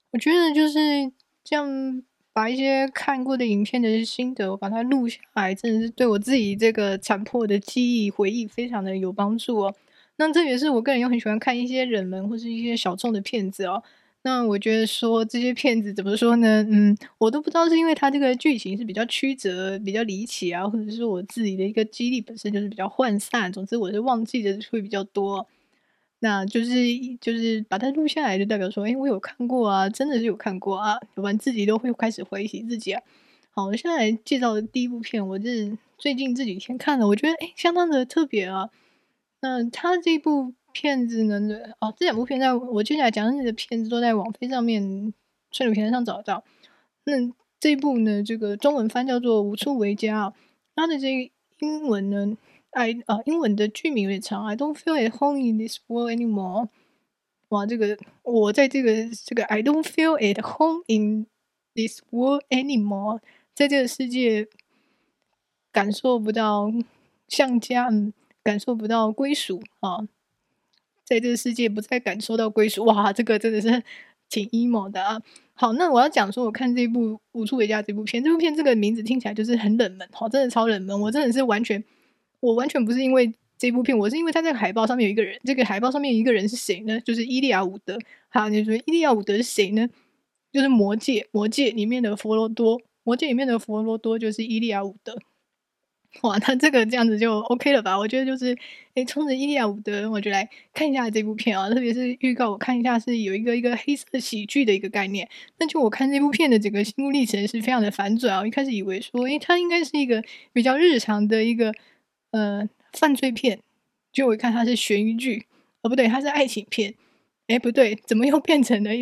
我觉得就是这样把一些看过的影片的心得，我把它录下来，真的是对我自己这个残破的记忆回忆非常的有帮助哦。那这也是我个人又很喜欢看一些冷门或是一些小众的片子哦。那我觉得说这些片子怎么说呢？我都不知道是因为它这个剧情是比较曲折、比较离奇啊，或者是我自己的一个记忆力本身就是比较涣散，总之我是忘记的会比较多。那就是把它录下来，就代表说，诶，我有看过啊，真的是有看过啊，要不然自己都会开始怀疑自己啊。好，我现在来介绍的第一部片，我是最近这几天看的，我觉得，诶，相当的特别啊。那它这部片子呢这两部片我接下来讲的那个片子都在网飞上面串流平台上找得到。那这一部呢，这个中文翻叫做《无处为家》啊，它的这个英文呢英文的剧名有点长，I don't feel at home in this world anymore。哇，我在这个 I don't feel at home in this world anymore，在这个世界感受不到像家，感受不到归属啊，在这个世界不再感受到归属。哇，这个真的是挺 emo 的啊。好，那我要讲说我看这部《无处为家》这部片，这部片这个名字听起来就是很冷门，好，真的超冷门。我真的是我完全不是因为这部片，我是因为它这个海报上面有一个人，这个海报上面有一个人是谁呢？就是伊利亚伍德。好，你说伊利亚伍德是谁呢？就是魔戒里面的佛罗多，魔戒里面的佛罗多就是伊利亚伍德。哇，那这个这样子就 OK 了吧？我觉得就是，诶，冲着伊利亚伍德，我就来看一下这部片啊，特别是预告，我看一下是有一个黑色喜剧的一个概念。那就我看这部片的整个心路历程是非常的反转啊，我一开始以为说，诶，它应该是一个比较日常的一个犯罪片，结果我一看它是悬疑剧，哦不对，它是爱情片。诶，不对，怎么又变成了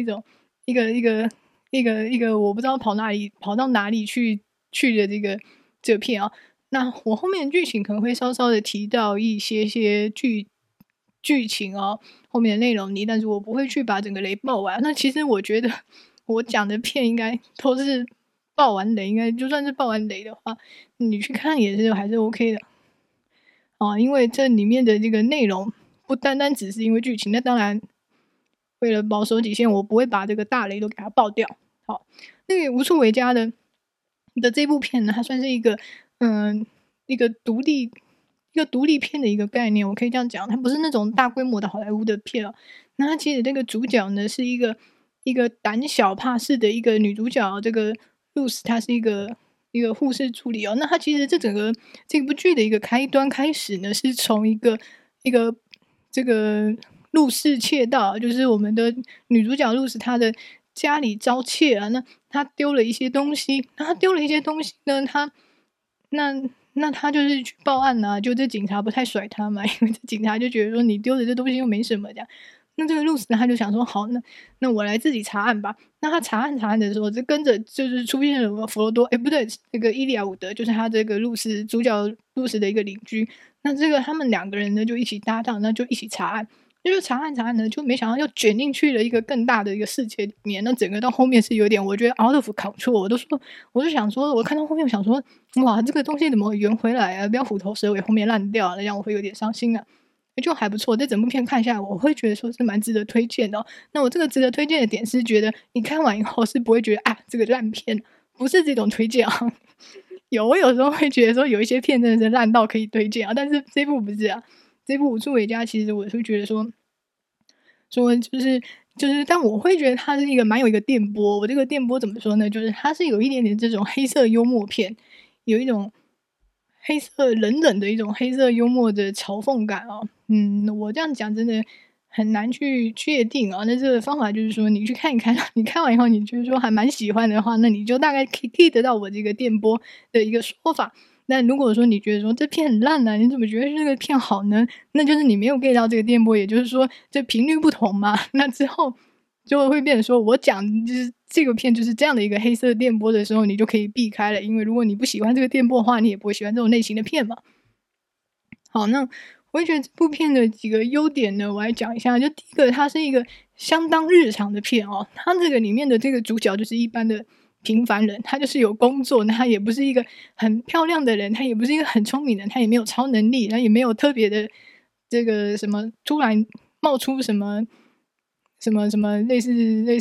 一个我不知道跑到哪里去的这个片啊？那我后面的剧情可能会稍稍的提到一些剧情哦，后面的内容但是我不会去把整个雷爆完。那其实我觉得我讲的片应该都是爆完雷，应该就算是爆完雷的话，你去看也是还是 OK 的。啊，因为这里面的这个内容不单单只是因为剧情，那当然为了保守底线，我不会把这个大雷都给它爆掉。好，那个《无处为家》的这部片呢，它算是嗯，一个独立片的一个概念，我可以这样讲，它不是那种大规模的好莱坞的片哦。那它其实这个主角呢，是一个胆小怕事的一个女主角，这个露丝，她是一个护士助理哦。那她其实这部剧的一个开端开始呢，是从一个这个入室窃盗，就是我们的女主角露丝她的家里遭窃啊，那她丢了一些东西，那她丢了一些东西呢，那那她就是去报案啊，就这警察不太甩她嘛，因为这警察就觉得说你丢的这东西又没什么这样。那这个露丝呢，他就想说好，那我来自己查案吧。那他查案的时候，就跟着就是出现了佛罗多，不对，那个伊利亚伍德就是他这个主角露丝的一个邻居。那这个他们两个人呢就一起搭档，那就一起查案。就查案呢，就没想到又卷进去了一个更大的一个世界里面。那整个到后面是有点，我觉得 out of control。我就想说，我看到后面，我想说，哇，这个东西怎么圆回来啊？不要虎头蛇尾，后面烂掉了，让我会有点伤心啊。就还不错，这整部片看下来，我会觉得说是蛮值得推荐的哦。那我这个值得推荐的点是，觉得你看完以后是不会觉得啊这个烂片，不是这种推荐啊。我有时候会觉得说有一些片真的是烂到可以推荐啊，但是这部不是啊。这部《无处为家》其实我是觉得说但我会觉得它是一个蛮有一个电波。我这个电波怎么说呢？就是它是有一点点这种黑色幽默片，有一种黑色冷冷的一种黑色幽默的嘲讽感哦。我这样讲真的很难去确定啊。那这个方法就是说，你去看一看，你看完以后你觉得说还蛮喜欢的话，那你就大概可以得到我这个电波的一个说法。那如果说你觉得说这片很烂啊，你怎么觉得这个片好呢？那就是你没有 get 到这个电波，也就是说这频率不同嘛。那之后就会变成说我讲就是这个片就是这样的一个黑色电波的时候，你就可以避开了。因为如果你不喜欢这个电波的话，你也不会喜欢这种类型的片嘛。好，那我会觉得这部片的几个优点呢，我来讲一下。就第一个，它是一个相当日常的片哦。它这个里面的这个主角就是一般的平凡人，他就是有工作，那他也不是一个很漂亮的人，他也不是一个很聪明的人，他也没有超能力，他也没有特别的这个什么突然冒出什么类似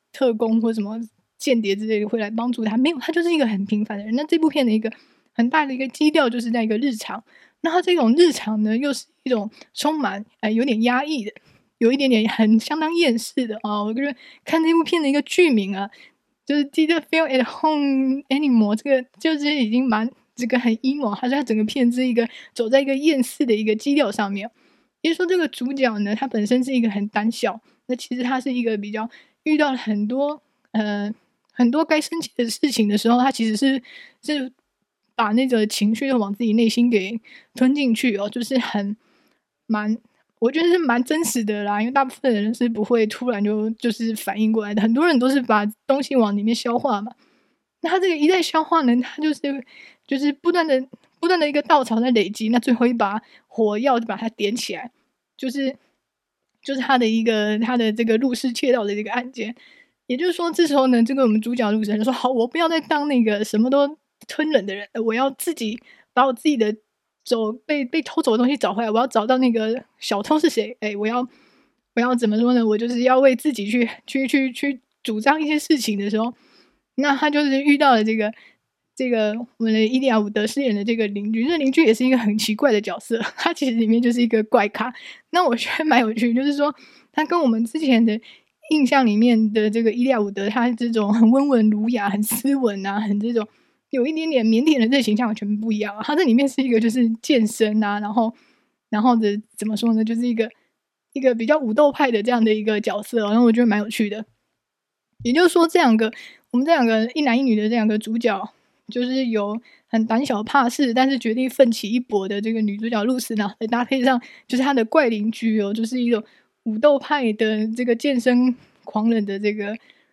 特工或什么间谍之类的会来帮助他，没有，他就是一个很平凡的人。那这部片的一个很大的一个基调就是在一个日常，那他这种日常呢，又是一种充满有点压抑的，有一点点相当厌世的啊。我觉得看这部片的一个剧名啊，就是《Did you feel at home anymore》，这个就是已经这个很 emo， 它是它整个片是一个走在一个厌世的一个基调上面。也就是说，这个主角呢，他本身是一个很胆小，那其实他是一个比较遇到了很多该生气的事情的时候，他其实是把那个情绪往自己内心给吞进去哦，就是我觉得是蛮真实的啦，因为大部分人是不会突然就是反应过来的，很多人都是把东西往里面消化嘛。那他这个一旦消化呢，他就是不断的一个稻草在累积，那最后一把火药就把它点起来，就是他的这个入室窃盗的这个案件。也就是说，这时候呢，这个我们主角陆神就说：“好，我不要再当那个什么都吞忍的人，我要自己把我自己的被偷走的东西找回来，我要找到那个小偷是谁。我要怎么说呢？我就是要为自己去主张一些事情的时候，那他就是遇到了这个我们的伊利亚伍德饰演的这个邻居，这邻居也是一个很奇怪的角色，他其实里面就是一个怪咖。那我觉得蛮有趣，就是说他跟我们之前的印象里面的这个伊利亚伍德，他这种很温文儒雅、很斯文啊，很这种有一点点腼腆的这个形象完全不一样啊。他这里面是一个就是健身啊，然后的怎么说呢，就是一个比较武斗派的这样的一个角色然后我觉得蛮有趣的。也就是说，我们这两个一男一女的这两个主角，就是有很胆小怕事，但是决定奋起一搏的这个女主角露丝呢，再搭配上就是她的怪邻居哦，就是一种武斗派的这个健身狂人的这个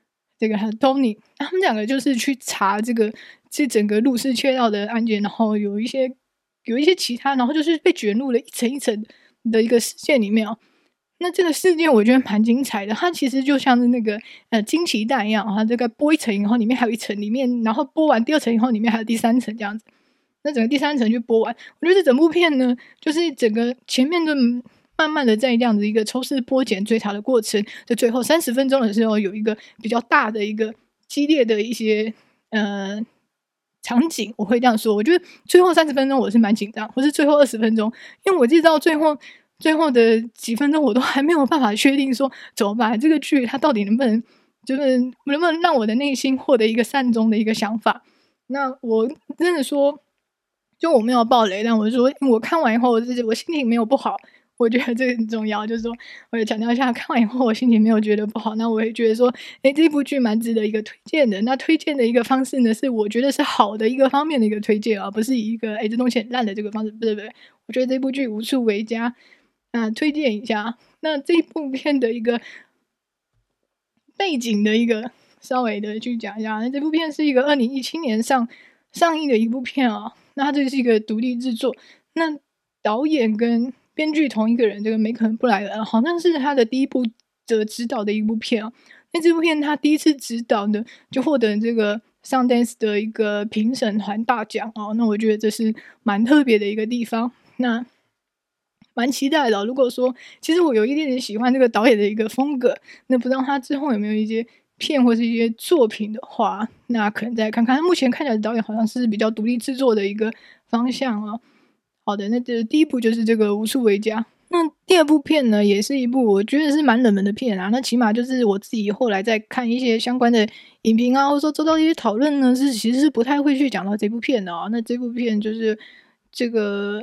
Tony， 他们两个就是去查这整个入室窃盗的案件，然后有一些其他，然后就是被卷入了一层一层的一个事件里面哦。那这个事件我觉得蛮精彩的，它其实就像是那个惊奇蛋一样它这个剥一层以后里面还有一层，里面然后剥完第二层以后里面还有第三层这样子。那整个第三层就剥完，我觉得这整部片呢，就是整个前面就慢慢的在这样子一个抽丝剥茧追查的过程，在最后30分钟的时候有一个比较大的一个激烈的一些场景，我会这样说。我觉得最后30分钟我是蛮紧张，或是最后20分钟，因为我记得到最后的几分钟我都还没有办法确定说怎么办，这个剧它到底能不能让我的内心获得一个善终的一个想法。那我真的说，就我没有爆雷，但我说我看完以后我心情没有不好，我觉得这个很重要，就是说我也强调一下，看完以后我心情没有觉得不好，那我也觉得说这部剧蛮值得一个推荐的。那推荐的一个方式呢，是我觉得是好的一个方面的一个推荐不是以一个这东西很烂的这个方式，不是，我觉得这部剧无处为佳推荐一下。那这部片的一个背景的一个稍微的去讲一下，那这部片是一个2017年上映的一部片那它这是一个独立制作，那导演跟编剧同一个人，这个梅肯布莱恩好像是他的第一部的指导的一部片那这部片他第一次指导的就获得这个Sundance 的一个评审团大奖那我觉得这是蛮特别的一个地方。那蛮期待的如果说其实我有一点点喜欢这个导演的一个风格，那不知道他之后有没有一些片或是一些作品的话，那可能再看看。目前看起来导演好像是比较独立制作的一个方向好的，那这第一部就是这个无处为家。那第二部片呢，也是一部我觉得是蛮冷门的片那起码就是我自己后来在看一些相关的影评或者说周遭一些讨论呢，其实是不太会去讲到这部片的那这部片就是这个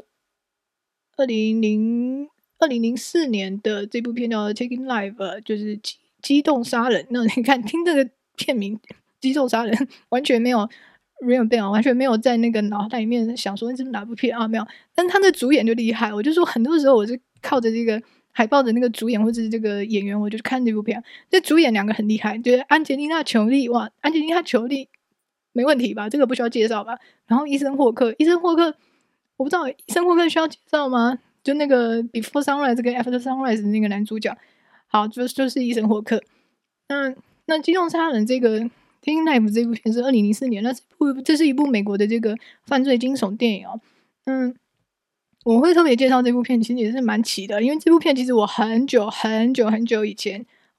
2004年的这部片叫 Taking Life 就是机动杀人。那你看听这个片名机动杀人完全没有 real bang 完全没有在那个脑袋里面想说这是哪部片没有，但他的主演就厉害，我就说很多时候我是靠着这个海报的那个主演或者是这个演员我就去看这部片，这主演两个很厉害，就是安吉丽娜·裘丽安吉丽娜·裘丽没问题吧，这个不需要介绍吧。然后伊森霍克我不知道伊森霍克需要介绍吗？就那个 Before Sunrise 跟 After Sunrise 的那个男主角，好，就是伊森霍克。那机动杀人这个 Taking Life 这部片是2004年，这是一部美国的这个犯罪惊悚电影我会特别介绍这部片，其实也是蛮奇的，因为这部片其实我很久以前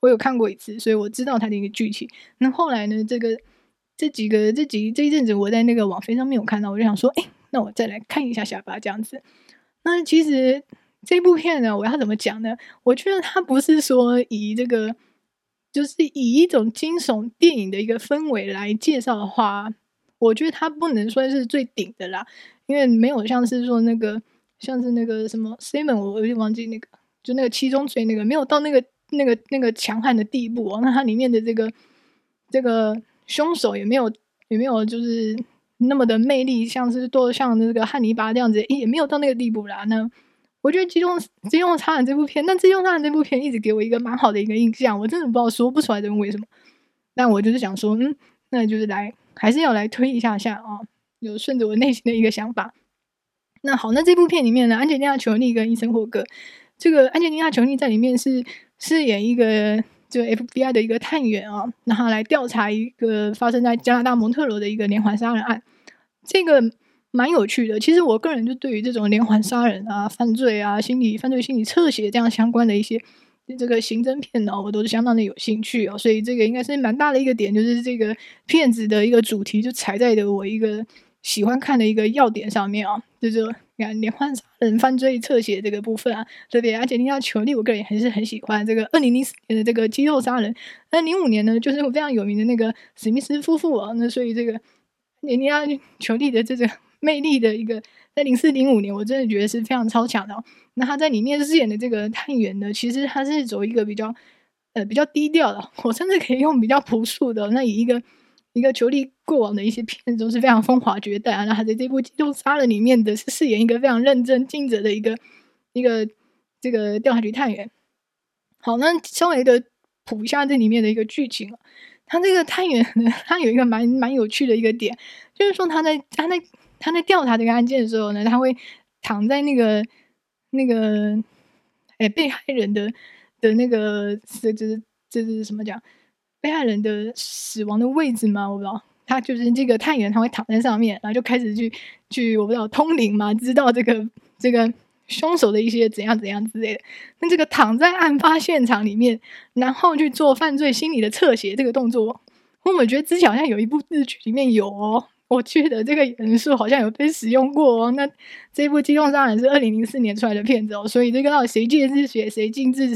我有看过一次，所以我知道它的一个剧情。那后来呢，这一阵子我在那个网飞上面有看到，我就想说，那我再来看一下吧，这样子。那其实这部片呢，我要怎么讲呢？我觉得它不是说就是以一种惊悚电影的一个氛围来介绍的话，我觉得它不能说是最顶的啦，因为没有像是说像是那个什么 Seven， 我有点忘记就那个七宗罪没有到那个强悍的地步哦。那它里面的这个凶手也没有就是那么的魅力，像那个汉尼拔这样子，也没有到那个地步啦。那我觉得机动杀人这部片，但机动杀人这部片一直给我一个蛮好的一个印象，我真的不知道说不出来的为什么。但我就是想说，那就是还是要来推一下啊，有顺着我内心的一个想法。那好，那这部片里面呢，安吉丽娜·裘丽跟伊森·霍格，这个安吉丽娜·裘丽在里面是饰演一个就 FBI 的一个探员啊，然后来调查一个发生在加拿大蒙特罗的一个连环杀人案，这个蛮有趣的。其实我个人就对于这种连环杀人啊、犯罪心理侧写这样相关的一些这个刑侦片呢，我都是相当的有兴趣哦。所以这个应该是蛮大的一个点，就是这个片子的一个主题就踩在了我一个喜欢看的一个要点上面啊，就是连环杀人、犯罪侧写这个部分啊，特别安吉丽娜·裘丽，我个人也还是很喜欢这个2004年的这个肌肉杀人。那05年呢，就是非常有名的那个史密斯夫妇啊。那所以这个安吉丽娜·裘丽的这个魅力的一个，在04、05年，我真的觉得是非常超强的哦。那他在里面饰演的这个探员呢，其实他是走一个比较低调的，我甚至可以用比较朴素的。那以一个裘丽过往的一些片都是非常风华绝代啊，那他在这部《机动杀人》里面的是饰演一个非常认真尽责的一个这个调查局探员。好，那稍微的谱一下这里面的一个剧情啊。他这个探员呢，他有一个蛮有趣的一个点，就是说他在调查这个案件的时候呢，他会躺在那个被害人的那个这是什么讲？被害人的死亡的位置吗？我不知道。他就是这个探员，他会躺在上面，然后就开始去我不知道通灵嘛，知道这个凶手的一些怎样之类的。那这个躺在案发现场里面，然后去做犯罪心理的侧写这个动作，我觉得之前好像有一部日剧里面有哦，我记得这个元素好像有被使用过哦。那这部《机动杀人》是2004年出来的片子哦，所以这个到底谁借自学，谁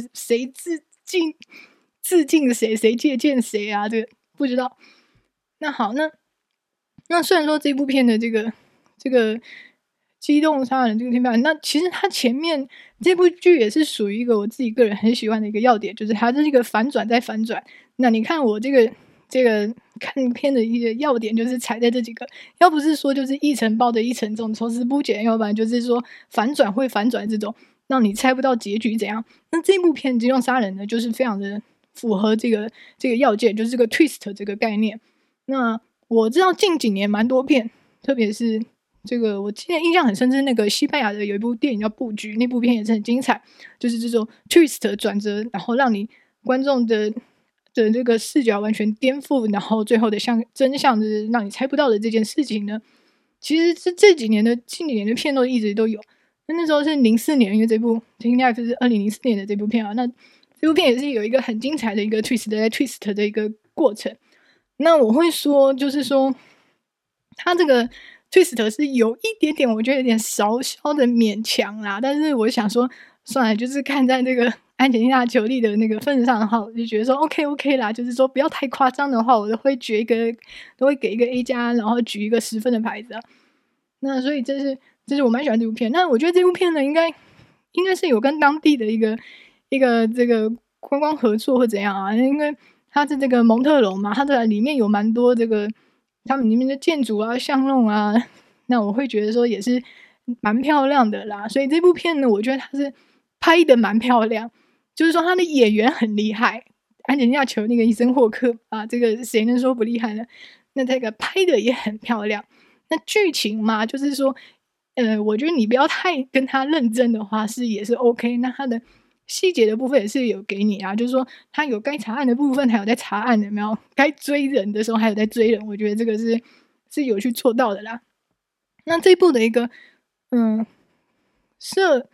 致敬谁，谁借鉴谁啊？这个不知道。那好，那虽然说这部片的这个机动杀人这个片段，那其实它前面这部剧也是属于一个我自己个人很喜欢的一个要点，就是它这是一个反转再反转。那你看我这个看片的一些要点就是踩在这几个，要不是说就是一层包的一层重，抽丝剥茧，要不然就是说反转会反转这种，让你猜不到结局怎样。那这部片《机动杀人》呢，就是非常的符合这个要件，就是这个 twist 这个概念。那我知道近几年蛮多片，特别是这个我记得印象很深，是那个西班牙的有一部电影叫《布局》，那部片也是很精彩，就是这种 twist 转折，然后让你观众的这个视角完全颠覆，然后最后的真相就是让你猜不到的这件事情呢，其实是近几年的片都一直都有。那时候是04年，因为这部应该是2004年的这部片啊。那这部片也是有一个很精彩的一个 twist 的一个过程。那我会说，就是说，他这个 twist 是有一点点，我觉得有点稍稍的勉强啦。但是我想说，算了，就是看在这个安吉丽娜·裘丽的那个份上的话，我就觉得说 OK 啦。就是说不要太夸张的话，我都会给一个 A 加，然后举一个10分的牌子啊。那所以这是我蛮喜欢这部片。那我觉得这部片呢，应该是有跟当地的一个这个观光合作或怎样啊，因为它是这个蒙特龙嘛，它的里面有蛮多这个他们里面的建筑啊、巷弄啊，那我会觉得说也是蛮漂亮的啦。所以这部片呢，我觉得它是拍的蛮漂亮，就是说他的演员很厉害，安吉丽娜·裘丽跟伊森·霍克啊，这个谁能说不厉害呢？那这个拍的也很漂亮。那剧情嘛，就是说，我觉得你不要太跟他认真的话，也是 OK。那他的细节的部分也是有给你啊，就是说他有该查案的部分，还有在查案，有没有？该追人的时候还有在追人，我觉得这个是有去做到的啦。那这一部的一个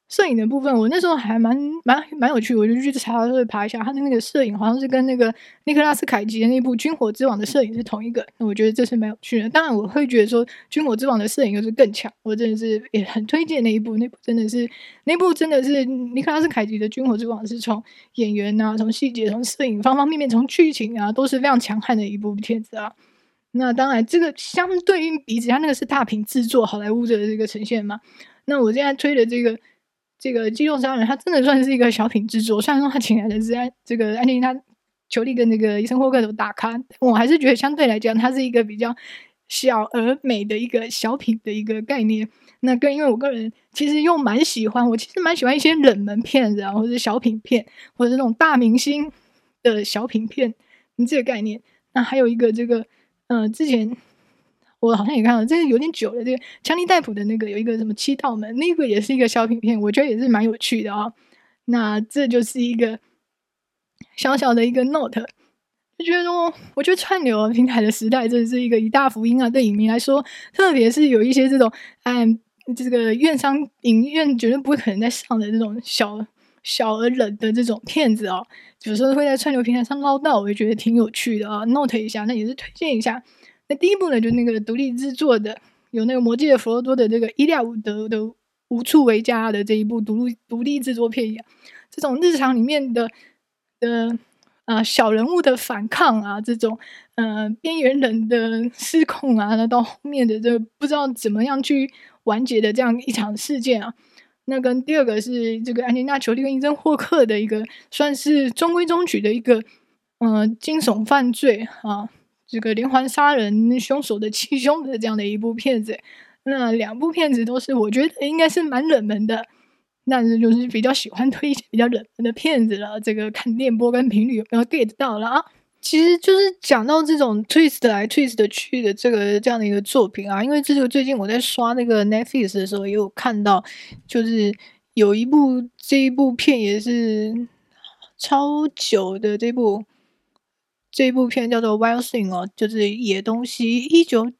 摄影的部分，我那时候还蛮有趣的，我就去查爬一下，他的那个摄影好像是跟那个尼克拉斯凯奇的那部《军火之王》的摄影是同一个，那我觉得这是蛮有趣的。当然，我会觉得说《军火之王》的摄影又是更强，我真的是也很推荐那一部，那部真的是尼克拉斯凯奇的《军火之王》，是从演员啊、从细节、从摄影方方面面、从剧情啊，都是非常强悍的一部片子啊。那当然，这个相对应比起它那个是大屏制作好莱坞的这个呈现嘛，那我现在推的这个《机动杀人》，它真的算是一个小品制作。虽然说他请来的是这个安吉丽娜·裘丽跟那个伊森霍克的大咖，我还是觉得相对来讲，它是一个比较小而美的一个小品的一个概念。那因为我个人其实又蛮喜欢，我其实蛮喜欢一些冷门片子啊，或者是小品片，或者是那种大明星的小品片，这个概念。那还有一个这个之前我好像也看了，这个有点久了，这个强尼戴普的那个有一个什么七道门，那个也是一个小品片，我觉得也是蛮有趣的啊。那这就是一个小小的一个 note， 就觉得说，我觉得串流平台的时代真的是一个一大福音啊，对影迷来说，特别是有一些这种这个影院绝对不会可能在上的这种小而冷的这种片子哦，有时候会在串流平台上捞到，我也觉得挺有趣的啊 ，note 一下，那也是推荐一下。那第一部呢，就那个独立制作的，有那个魔戒的佛罗多的这个伊利亚伍德的无处为家的这一部独立制作片一样，这种日常里面的小人物的反抗啊，这种边缘人的失控啊，那到后面的这个不知道怎么样去完结的这样一场事件啊。那跟第二个是这个安吉丽娜·裘丽跟伊森霍克的一个算是中规中矩的一个惊悚犯罪啊，这个连环杀人凶手的气凶的这样的一部片子。那两部片子都是我觉得应该是蛮冷门的，但是就是比较喜欢推一些比较冷门的片子了，这个看电波跟频率有没有 get 到了啊。其实就是讲到这种 twist 来 twist 去的这样的一个作品啊，因为这个最近我在刷那个 Netflix 的时候也有看到，就是有这一部片也是超久的这部片叫做 Wild Thing 哦，就是野东西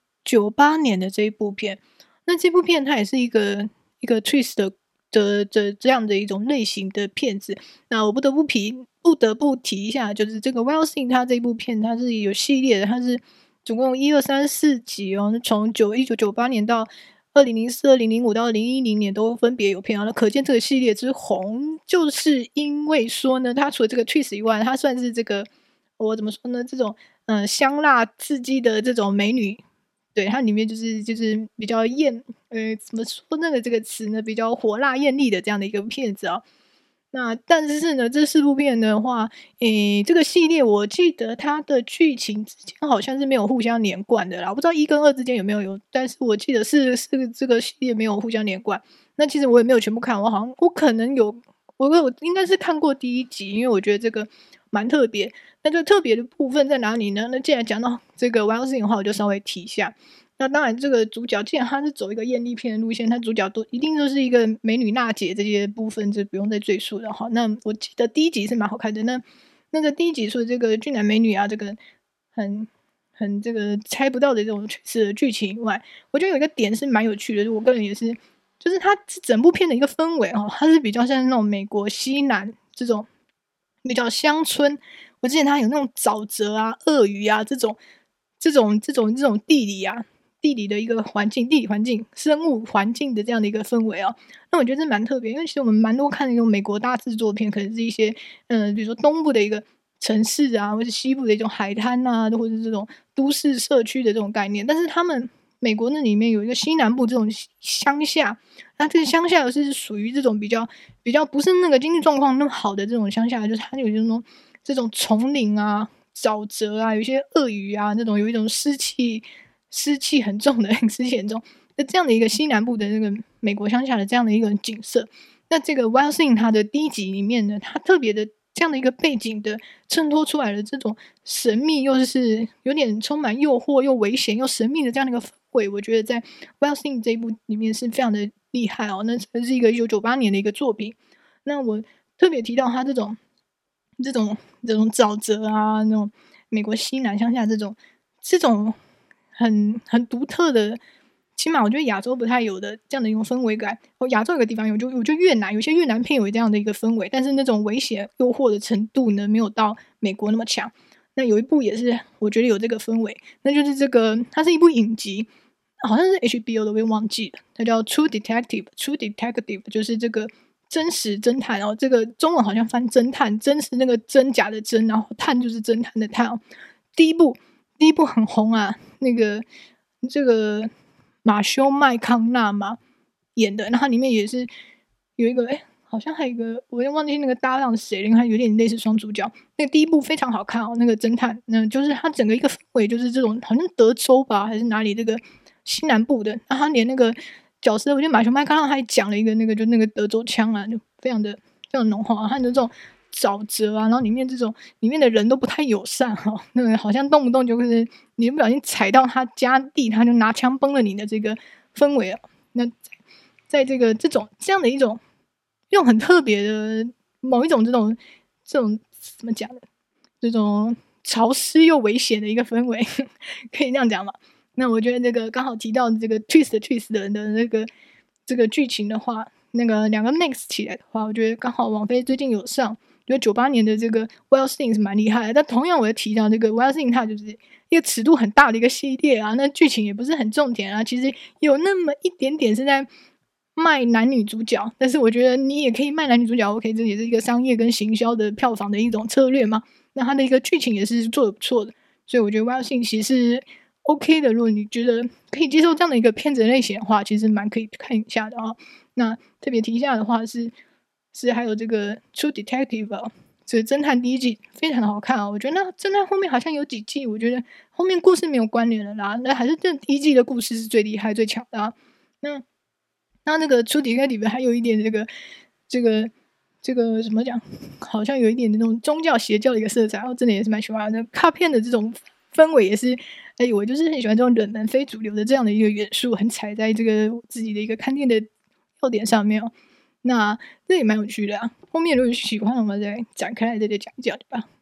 ，1998年的这一部片。那这部片它也是一个 twist 的这样的一种类型的片子。那我不得不提一下，就是这个 Wild Thing 它这部片它是有系列的，它是总共1、2、3、4集哦，从1998年到2004、2005到2010年都分别有片啊。那可见这个系列之红，就是因为说呢，它除了这个 twist 以外，它算是这个我怎么说呢？这种香辣刺激的这种美女，对，它里面就是比较怎么说那个这个词呢？比较火辣艳丽的这样的一个片子啊。那但是呢，这4部片的话，这个系列我记得它的剧情之间好像是没有互相连贯的啦，我不知道1跟2之间有没有，但是我记得是这个系列没有互相连贯。那其实我也没有全部看，我可能我应该是看过第1集，因为我觉得这个蛮特别。那这个特别的部分在哪里呢？那既然讲到这个 Wild Thing 的话，我就稍微提一下。那当然，这个主角既然他是走一个艳丽片的路线，他主角一定都是一个美女娜姐，这些部分就不用再赘述了哈。那我记得第1集是蛮好看的，那个第1集除了这个俊男美女啊，这个很这个猜不到的这种趣事的剧情以外，我觉得有一个点是蛮有趣的，我个人也是，就是它整部片的一个氛围哦，它是比较像那种美国西南这种比较乡村。我记得它有那种沼泽啊、鳄鱼啊这种地理的一个地理环境、生物环境的这样的一个氛围哦。那我觉得这蛮特别，因为其实我们蛮多看那种美国大制作片，可能是一些比如说东部的一个城市啊，或者西部的一种海滩啊，或者是这种都市社区的这种概念。但是他们美国那里面有一个西南部这种乡下，那这个乡下是属于这种比较不是那个经济状况那么好的这种乡下，就是它有这种丛林啊、沼泽啊，有一些鳄鱼啊，那种有一种湿气很重的湿气很重的这样的一个西南部的那个美国乡下的这样的一个景色。那这个 Wild Thing 它的第1集里面呢，它特别的这样的一个背景的衬托出来的这种神秘，又是有点充满诱惑又危险又神秘的这样的一个氛围，我觉得在 Wild Thing 这一部里面是非常的厉害哦。那是一个1998年的一个作品。那我特别提到它这种沼泽啊，那种美国西南乡下这种很独特的起码我觉得亚洲不太有的这样的一种氛围感。亚洲有个地方有，我觉得越南有些越南片有这样的一个氛围，但是那种危险诱惑的程度呢，没有到美国那么强。那有一部也是我觉得有这个氛围，那就是这个它是一部影集，好像是 HBO 的，我也忘记了，它叫 True Detective。True Detective 就是这个真实侦探，然后这个中文好像翻侦探，真是那个真假的真，然后探就是侦探的探。第一部很红啊，那个这个马修麦康纳嘛演的，那它里面也是有一个好像还有一个我也忘记那个搭档是谁了，因为它有点类似双主角。那个第一部非常好看哦，那个侦探，那就是它整个一个氛围就是这种好像德州吧还是哪里这个西南部的，然后他连那个角色，我觉得马修麦康纳还讲了一个那个就那个德州腔啊，就非常浓厚啊，他的这种沼泽啊，然后里面的人都不太友善哈，那个好像动不动就是你不小心踩到他家地，他就拿枪崩了你的这个氛围啊。那在这样的一种用很特别的某一种这种怎么讲的，这种潮湿又危险的一个氛围，可以这样讲吗？那我觉得这个刚好提到这个 twist 的那个这个剧情的话，那个两个 mix 起来的话，我觉得刚好网飞最近有上，觉得98年的这个 Wild Thing 是蛮厉害的。但同样我也提到这个 Wild Thing 它就是一个尺度很大的一个系列啊，那剧情也不是很重点啊，其实有那么一点点是在卖男女主角，但是我觉得你也可以卖男女主角 OK， 这也是一个商业跟行销的票房的一种策略嘛。那它的一个剧情也是做得不错的，所以我觉得 Wild Thing 其实OK 的，如果你觉得可以接受这样的一个片子类型的话，其实蛮可以看一下的啊。那特别提一下的话是还有这个 True Detective 啊，这侦探第一季非常的好看啊。我觉得那侦探后面好像有几季，我觉得后面故事没有关联了啦，那还是这第一季的故事是最厉害最强的啊。那个 True Detective 还有一点这个怎么讲，好像有一点那种宗教邪教的一个色彩，我真的也是蛮喜欢的。卡片的这种氛围也是，我就是很喜欢这种冷门非主流的这样的一个元素，很踩在这个自己的一个看店的要点上面哦。那这也蛮有趣的啊。后面如果喜欢，我们再展开来再讲一讲吧。